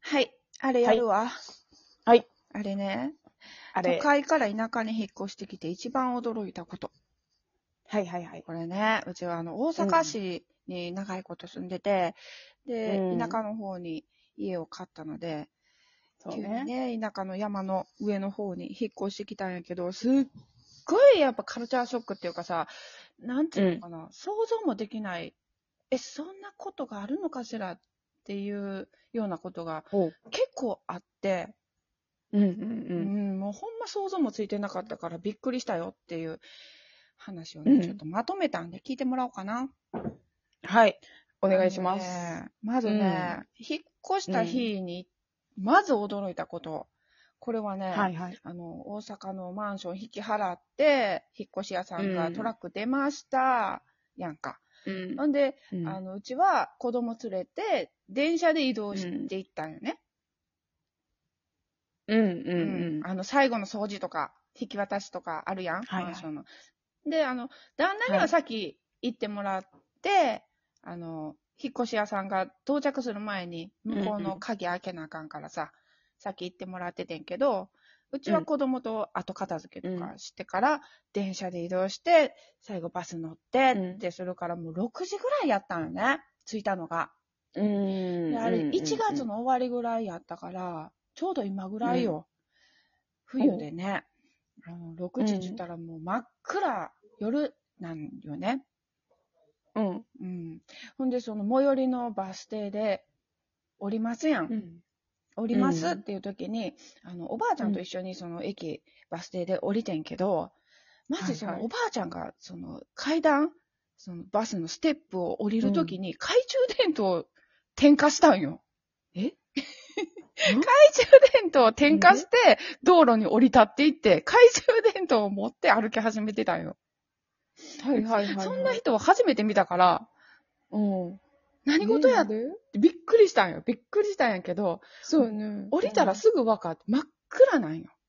はい。あれやはい。 るわ。 はい。 あれね。都あれ。 会から田舎に引っ越してきて一番驚いたこと。 はいはいはい。 これね、うちは大阪市に長いこと住んでて、で、田舎の方に家を買ったので、急にね、田舎の山の上の方に引っ越してきたんやけど、すっごいやっぱカルチャーショックっていうかさ、なんていうのかな、想像もできない、そんなことがあるのかしらっていうようなことが結構あって、もうほんま想像もついてなかったからびっくりしたよっていう話をね、ちょっとまとめたんで聞いてもらおうかな。 はい。お願いします。 まずね、引っ越した日に、まず驚いたこと。これはね、 はいはい。 大阪のマンション引き払って、引っ越し屋さんがトラック出ました、やんか。ほんで、うちは子供連れて、電車で移動していったんよね。最後の掃除とか、引き渡しとかあるやん、 はいはい、 マンションの。で、旦那には先行ってもらって、引っ越し屋さんが到着する前に、向こうの鍵開けなあかんからさ、先行ってもらっててんけど、うちは子供と後片付けとかしてから、電車で移動して、最後バス乗って、で、それからもう6時ぐらいやったのよね、着いたのが。で、あれ、1月の終わりぐらいやったから、ちょうど今ぐらいよ。冬でね。6時って言ったらもう真っ暗、夜なんよね。ほんで、その最寄りのバス停で降りますやん。降りますっていう時に、おばあちゃんと一緒にその駅、バス停で降りてんけど、まずそのおばあちゃんが、その階段、そのバスのステップを降りる時に懐中電灯を点火したんよ。懐中電灯を点火して、道路に降り立っていって、懐中電灯を持って歩き始めてたんよ。 はいはいはい、はい。 そんな人を初めて見たから、何事やってびっくりしたんよ。びっくりしたんやけど、 そうね。 降りたらすぐ分かって、真っ暗なんよ。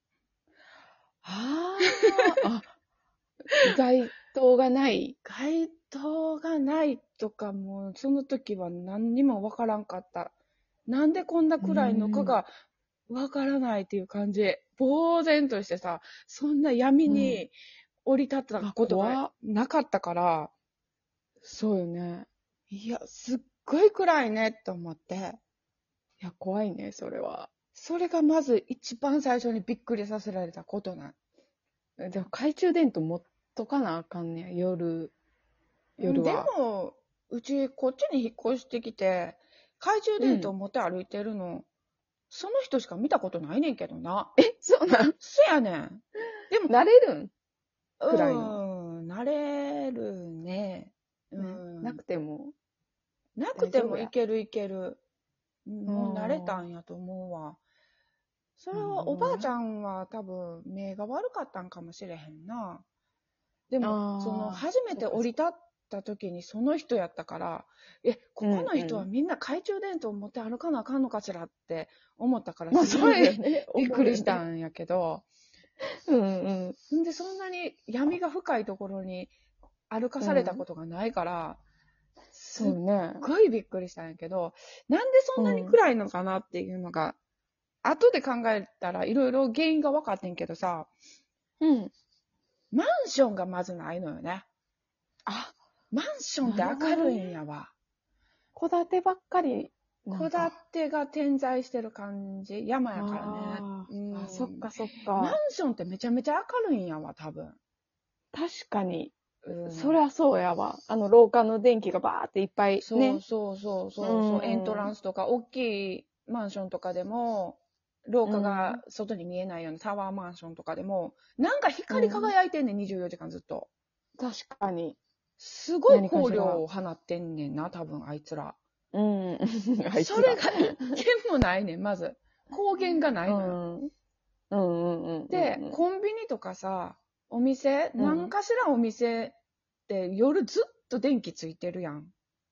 街灯がない。 街灯がないとかも、その時は何にも分からんかった。なんでこんな暗いのかが分からないっていう感じ。呆然としてさ、そんな闇に降り立ったことがなかったから、 そうよね。 いや、すっごい暗いねって思って。 いや、怖いね、それは。 それがまず一番最初にびっくりさせられたことなん。 でも懐中電灯持っとかなあかんねん、夜では。 も、うちこっちに引っ越してきて、懐中電灯持って歩いてるの、その人しか見たことないねんけどな。 そうなん？ そやねん。 でも、慣れるん？暗いの。慣れるね。 なくても。 なくてもいけるいける。もう慣れたんやと思うわ。それは、おばあちゃんは多分目が悪かったんかもしれへんな。でも、初めて降り立った時にその人やったから、ここの人はみんな懐中電灯持って歩かなあかんのかしらって思ったから、すごいびっくりしたんやけど、で、そんなに闇が深いところに歩かされたことがないから、すっごいびっくりしたんやけど、なんでそんなに暗いのかなっていうのが、後で考えたらいろいろ原因が分かってんけどさ、マンションがまずないのよね。マンションって明るいんやわ。 戸建てばっかり。 戸建てが点在してる感じ。山やからね。 そっかそっか。 マンションってめちゃめちゃ明るいんやわ、多分。 確かに。そりゃそうやわ。廊下の電気がバーっていっぱいね。 そう。エントランスとか、大きいマンションとかでも、廊下が外に見えないようなタワーマンションとかでも、なんか光り輝いてんねん、24時間ずっと。 確かに。 すごい光量を放ってんねんな、多分あいつら。それが一軒もないねん、まず。光源がないのよ。で、コンビニとかさ、お店、何かしらお店って夜ずっと電気ついてるやん。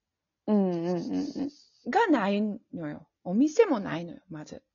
がないのよ。お店もないのよ、まず。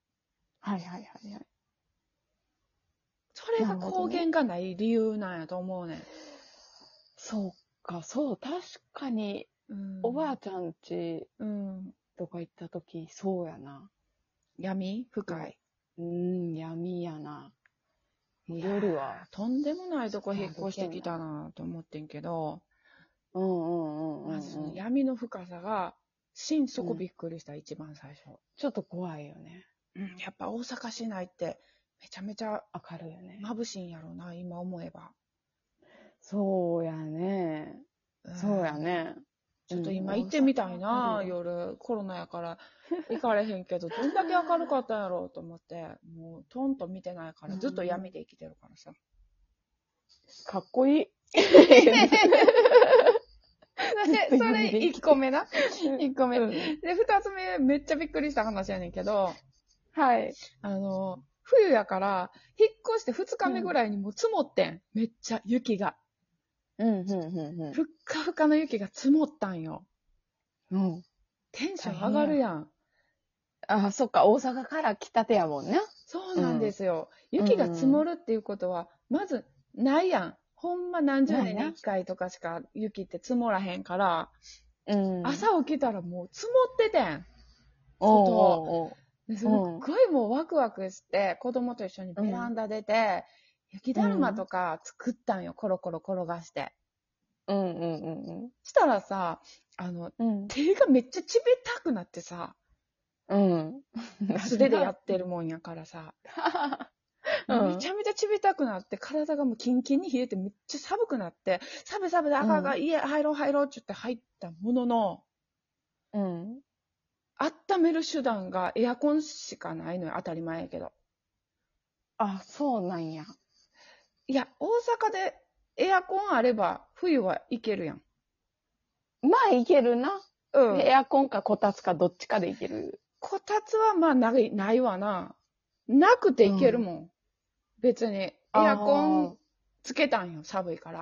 それが光源がない理由なんやと思うねん。 そうか、そう、確かに、おばあちゃんち、 とか行ったとき、そうやな。 闇深い。 闇やな。もう夜は。 とんでもないとこ引っ越してきたなと思ってんけど、まずその闇の深さが、心底びっくりした、一番最初。 ちょっと怖いよね。 やっぱ大阪市内ってめちゃめちゃ明るいよね。 眩しいんやろうな、今思えば。 そうやね。そうやね。 ちょっと今行ってみたいな、夜。コロナやから行かれへんけど、どんだけ明るかったんやろうと思って、もうトンと見てないから、ずっと闇で生きてるからさ。 かっこいい。 それ1個目な。1個目。で、2つ目、めっちゃびっくりした話やねんけど、 はい。 冬やから、引っ越して2日目ぐらいにもう積もってん。めっちゃ雪が。ふっかふかの雪が積もったんよ。テンション上がるやん。 あ、そっか、大阪から来たてやもんね。 そうなんですよ。雪が積もるっていうことは、まず、ないやん。ほんま何十年に1回とかしか雪って積もらへんから、朝起きたらもう積もっててん。外。すっごいもうワクワクして、子供と一緒にベランダ出て、雪だるまとか作ったんよ。コロコロ転がして。したらさ、手がめっちゃちびたくなってさ、素手でやってるもんやからさ、めちゃめちゃちびたくなって、体がもうキンキンに冷えてめっちゃ寒くなって、寒いで赤が家入ろうって言って入ったものの、温める手段がエアコンしかないのよ、当たり前やけど。 あ、そうなんや。 いや、大阪でエアコンあれば冬はいけるやん。 まあいけるな。エアコンかこたつかどっちかでいける。 こたつはまあないわな。なくていけるもん。別に。エアコンつけたんよ、寒いから。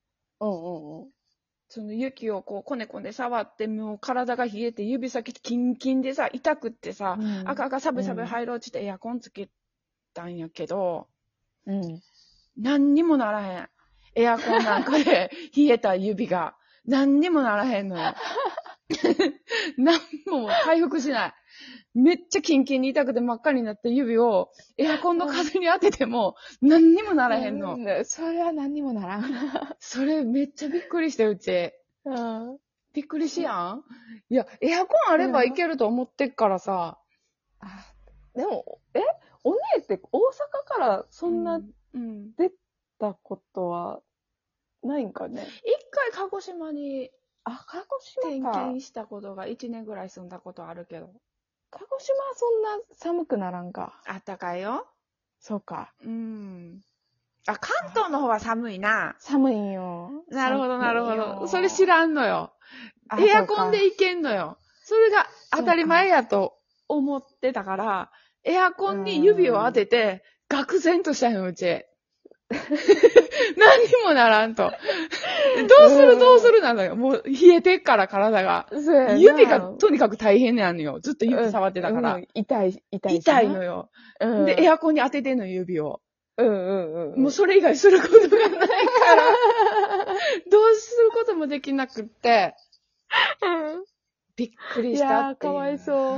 その雪をこうコネコネ触って、もう体が冷えて指先キンキンでさ、痛くってさ、赤寒い入ろうってエアコンつけたんやけど、何にもならへん。エアコンなんかで冷えた指が何にもならへんのよ。何も回復しない。めっちゃキンキンに痛くて真っ赤になった指をエアコンの風に当てても何にもならへんの。 それは何にもならん。 それめっちゃびっくりして、うち。びっくりしやん？いや、エアコンあればいけると思ってっからさ。 でも、お姉って大阪からそんな出たことはないんかね。 一回鹿児島に鹿児島転勤したことが1年ぐらい住んだことあるけど。 鹿児島はそんな寒くならんか。 あったかいよ。 そうか。 関東の方は寒いな。 寒いんよ。 なるほど、なるほど。それ知らんのよ。エアコンでいけんのよ。それが当たり前やと思ってたから、エアコンに指を当てて、愕然としたよ、うち。何にもならんと。どうするなのよ。もう冷えてっから体が。指がとにかく大変なのよ。ずっと指触ってたから。 痛いのよ。で、エアコンに当ててんの指を。もうそれ以外することがないから、どうすることもできなくって、びっくりしたっていう話。 かわいそう。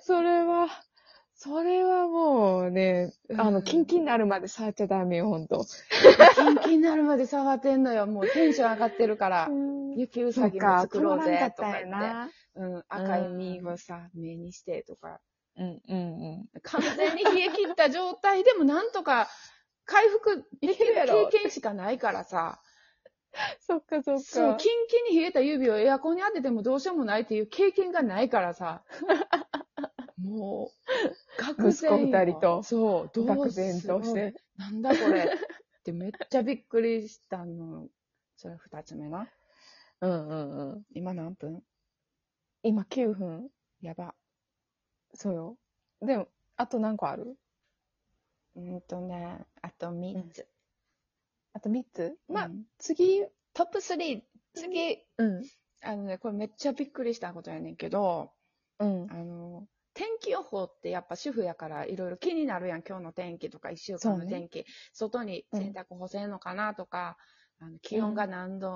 それはもうね、キンキンになるまで触っちゃダメよ、ほんと。 キンキンになるまで触ってんのよ。もうテンション上がってるから。雪うさぎも作ろうぜ、とか言って。赤い実をさ、目にしてとか。完全に冷え切った状態でもなんとか回復できる経験しかないからさ。 そっか。 そう、キンキンに冷えた指をエアコンに当ててもどうしようもないっていう経験がないからさ。もう、愕然。 息子二人と。 そう、 愕然として。 なんだこれってめっちゃびっくりしたの。それ2つ目な。今何分？ 今9分。 やば。 そうよ。でも、あと何個ある？ あと3つ。 あと3つ？ まあ、 次、 トップ3。次、これめっちゃびっくりしたことやねんけど、天気予報ってやっぱ主婦やからいろいろ気になるやん。今日の天気とか1週間の天気。外に洗濯干せんのかなとか、気温が何度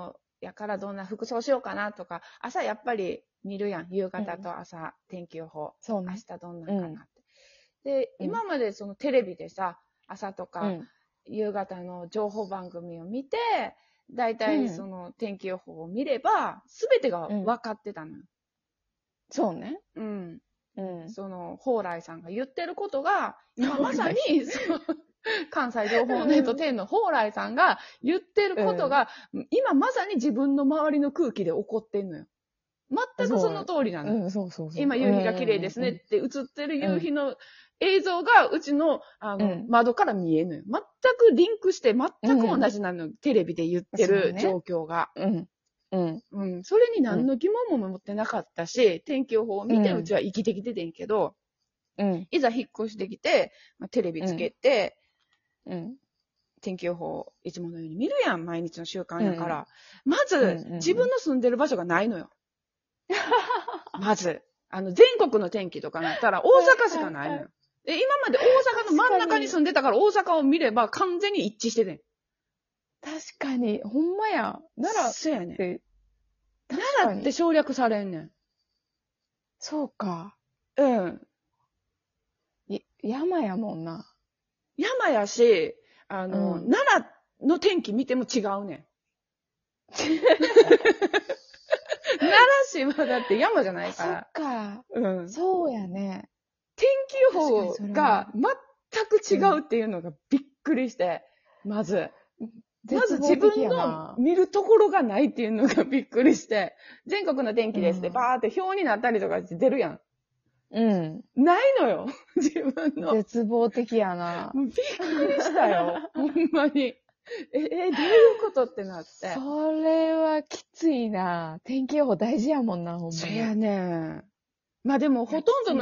やからどんな服装しようかなとか、朝やっぱり見るやん。夕方と朝、天気予報。 そうね。 明日どんなんかなって。で、今までそのテレビでさ、朝とか、夕方の情報番組を見て、だいたいその天気予報を見れば、すべてが分かってたのよ。 そうね。 その、蓬莱さんが言ってることが、今まさに、関西情報ネット10の蓬莱さんが言ってることが、今まさに自分の周りの空気で起こってんのよ。全くその通りなの。今夕日が綺麗ですねって映ってる夕日の映像がうちの、窓から見えんのよ。全くリンクして全く同じなのよ。テレビで言ってる状況が。それに何の疑問も持ってなかったし、天気予報を見てうちは生きてきててんけど、いざ引っ越してきて、テレビつけて、天気予報いつものように見るやん、毎日の習慣やから。まず、自分の住んでる場所がないのよ。まず、全国の天気とかなったら大阪しかないのよ。で、今まで大阪の真ん中に住んでたから大阪を見れば完全に一致しててん。 確かに、ほんまや。 そうやねん。奈良って省略されんねん。 そうか。山やもんな。 山やし、奈良の天気見ても違うねん。奈良市はだって山じゃないから。 そっか。そうやね。 天気予報が全く違うっていうのがびっくりして、まず自分の見るところがないっていうのがびっくりして、全国の天気ですってバーって表になったりとかして出るやん。ないのよ。自分の。 絶望的やな。 びっくりしたよ。ほんまに。どういうことってなって。 それはきついな。天気予報大事やもんな、ほんまに。 そうやね。まあでもほとんどの